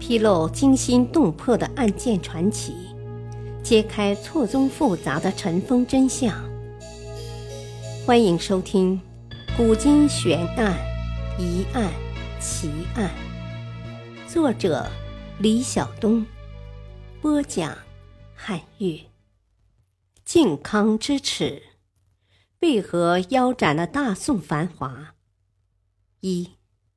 披露惊心动魄的案件传奇，揭开错综复杂的尘封真相。欢迎收听《古今悬案、疑案、奇案》，作者李晓东，播讲汉乐。靖康之耻，为何腰斩了大宋繁华？一，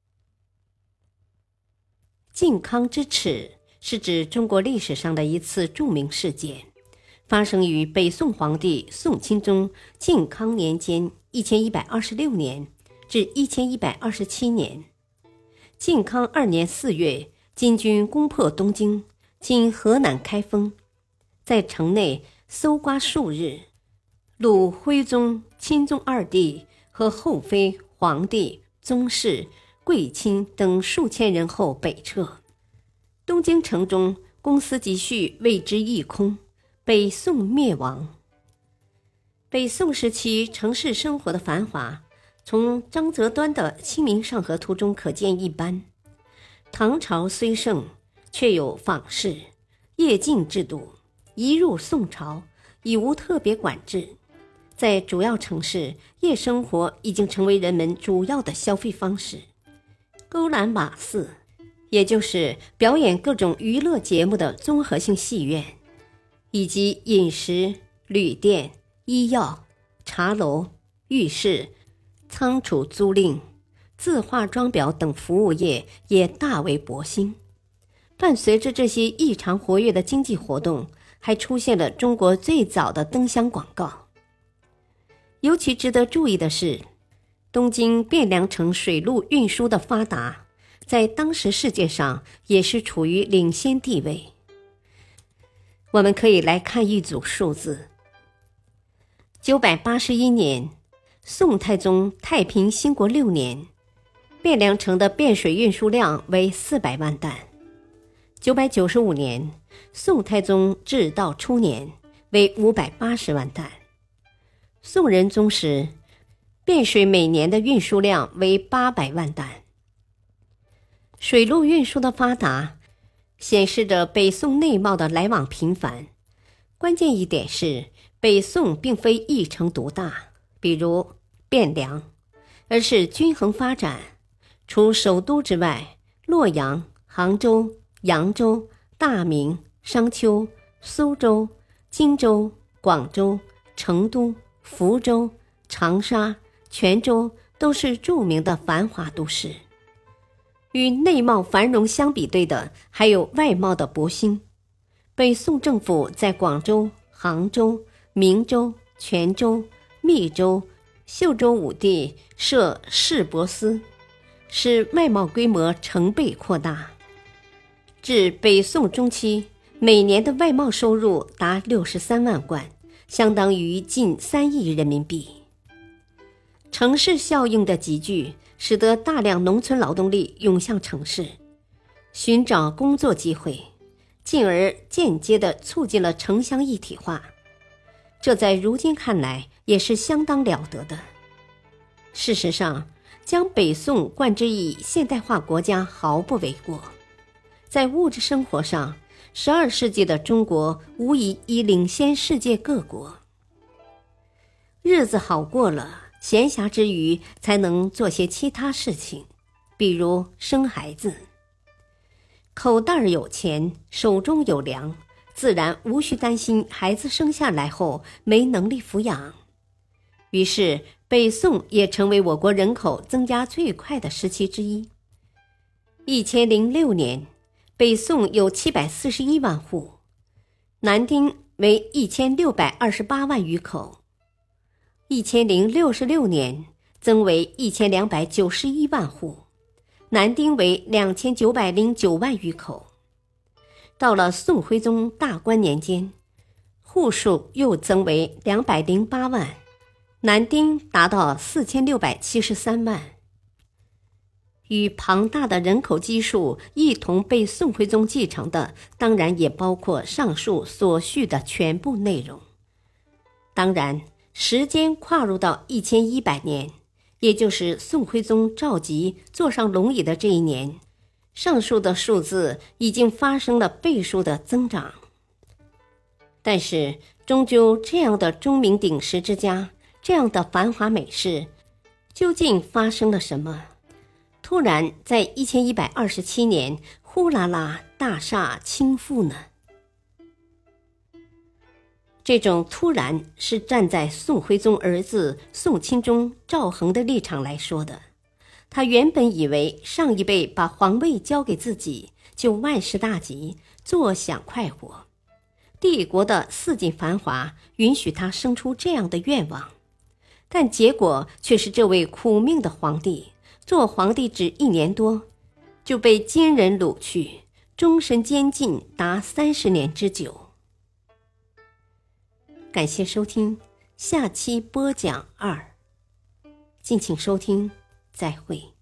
靖康之耻是指中国历史上的一次著名事件，发生于北宋皇帝宋钦宗靖康年间1126年至1127年。靖康2年4月，金军攻破东京，经河南开封，在城内搜刮数日，掳徽宗、钦宗二帝和后妃、皇帝、宗室、贵亲等数千人后北撤。东京城中公私积蓄为之一空，北宋灭亡。北宋时期城市生活的繁华，从张择端的《清明上河图》中可见一斑。唐朝虽盛，却有坊市、夜禁制度，一入宋朝已无特别管制。在主要城市，夜生活已经成为人们主要的消费方式。勾栏马肆，也就是表演各种娱乐节目的综合性戏院，以及饮食、旅店、医药、茶楼、浴室、仓储租赁、字画装裱等服务业也大为勃兴。伴随着这些异常活跃的经济活动，还出现了中国最早的灯箱广告。尤其值得注意的是，东京汴梁城水路运输的发达，在当时世界上也是处于领先地位。我们可以来看一组数字。981年，宋太宗太平兴国6年，汴梁城的汴水运输量为400万担。995年，宋太宗至道初年，为580万担。宋仁宗时，汴水每年的运输量为800万担。水路运输的发达，显示着北宋内贸的来往频繁。关键一点是，北宋并非一城独大，比如汴梁，而是均衡发展。除首都之外，洛阳、杭州、扬州、大明、商丘、苏州、荆州、广州、成都、福州、长沙、泉州都是著名的繁华都市。与内贸繁荣相比对的，还有外贸的勃兴。北宋政府在广州、杭州、明州、泉州、密州、秀州5地设市舶司，使外贸规模成倍扩大。至北宋中期，每年的外贸收入达63万贯，相当于近3亿人民币。城市效应的集聚，使得大量农村劳动力涌向城市，寻找工作机会，进而间接地促进了城乡一体化。这在如今看来也是相当了得的。事实上，将北宋冠之以现代化国家毫不为过。在物质生活上，12世纪的中国无疑已领先世界各国。日子好过了，闲暇之余才能做些其他事情，比如生孩子。口袋有钱，手中有粮，自然无需担心孩子生下来后没能力抚养。于是北宋也成为我国人口增加最快的时期之一。1006年，北宋有741万户，男丁为1628万余口。1066年，增为1291万户，男丁为2909万余口。到了宋徽宗大观年间，户数又增为208万，男丁达到4673万。与庞大的人口基数一同被宋徽宗继承的，当然也包括上述所叙的全部内容。当然，时间跨入到1100年，也就是宋徽宗赵佶坐上龙椅的这一年， 上述的数字已经发生了倍数的增长。但是终究这样的钟鸣鼎食之家，这样的繁华美事，究竟发生了什么？突然在1127年呼啦啦大厦倾覆呢？这种突然是站在宋徽宗儿子宋钦宗赵恒的立场来说的。他原本以为上一辈把皇位交给自己，就万事大吉，坐享快活。帝国的四锦繁华允许他生出这样的愿望，但结果却是这位苦命的皇帝做皇帝只1年多，就被金人掳去，终身监禁达30年之久。感谢收听，下期播讲2，敬请收听，再会。